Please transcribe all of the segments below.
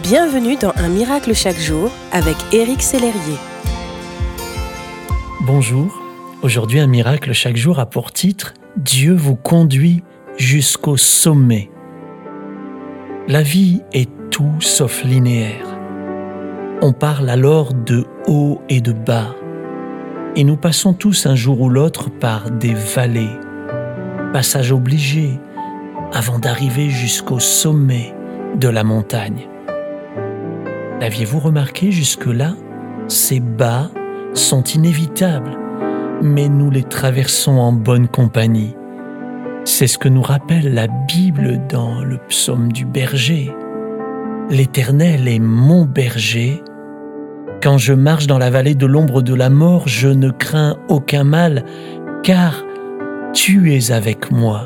Bienvenue dans Un miracle chaque jour avec Éric Sellerier. Bonjour, aujourd'hui Un miracle chaque jour a pour titre « Dieu vous conduit jusqu'au sommet ». La vie est tout sauf linéaire. On parle alors de haut et de bas. Et nous passons tous un jour ou l'autre par des vallées, passage obligé avant d'arriver jusqu'au sommet de la montagne. L'aviez-vous remarqué jusque-là? Ces bas sont inévitables, mais nous les traversons en bonne compagnie. C'est ce que nous rappelle la Bible dans le psaume du berger. L'Éternel est mon berger. Quand je marche dans la vallée de l'ombre de la mort, je ne crains aucun mal, car tu es avec moi.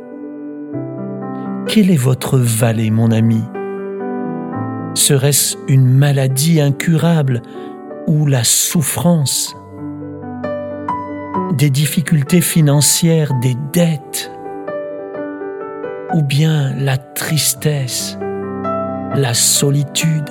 Quelle est votre vallée, mon ami? Serait-ce une maladie incurable ou la souffrance? Des difficultés financières, des dettes? Ou bien la tristesse, la solitude?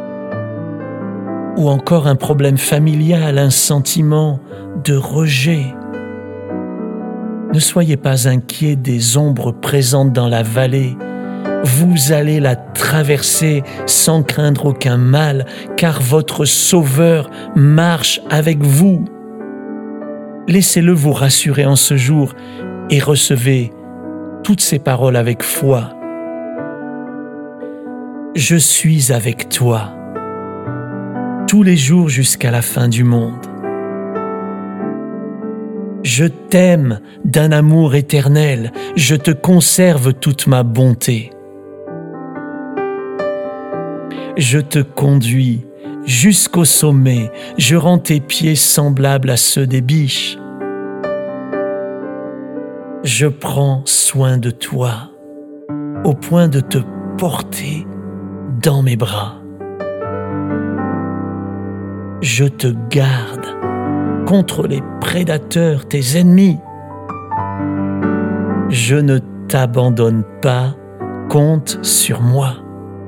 Ou encore un problème familial, un sentiment de rejet? Ne soyez pas inquiets des ombres présentes dans la vallée. Vous allez la traverser sans craindre aucun mal, car votre Sauveur marche avec vous. Laissez-le vous rassurer en ce jour et recevez toutes ces paroles avec foi. Je suis avec toi, tous les jours jusqu'à la fin du monde. Je t'aime d'un amour éternel, je te conserve toute ma bonté. Je te conduis jusqu'au sommet, je rends tes pieds semblables à ceux des biches. Je prends soin de toi, au point de te porter dans mes bras. Je te garde contre les prédateurs, tes ennemis. Je ne t'abandonne pas, compte sur moi.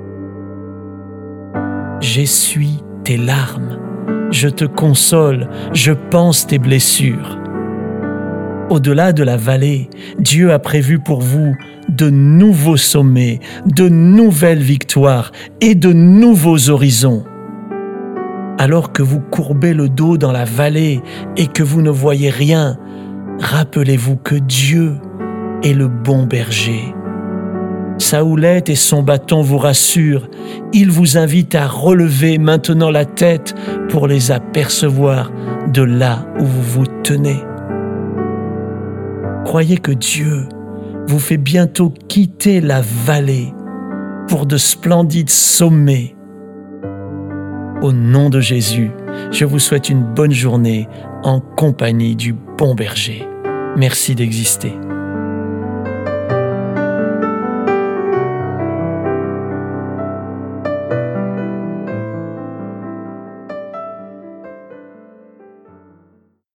J'essuie tes larmes, je te console, je panse tes blessures. Au-delà de la vallée, Dieu a prévu pour vous de nouveaux sommets, de nouvelles victoires et de nouveaux horizons. Alors que vous courbez le dos dans la vallée et que vous ne voyez rien, rappelez-vous que Dieu est le bon berger. Sa houlette et son bâton vous rassurent. Il vous invite à relever maintenant la tête pour les apercevoir de là où vous vous tenez. Croyez que Dieu vous fait bientôt quitter la vallée pour de splendides sommets. Au nom de Jésus, je vous souhaite une bonne journée en compagnie du bon berger. Merci d'exister.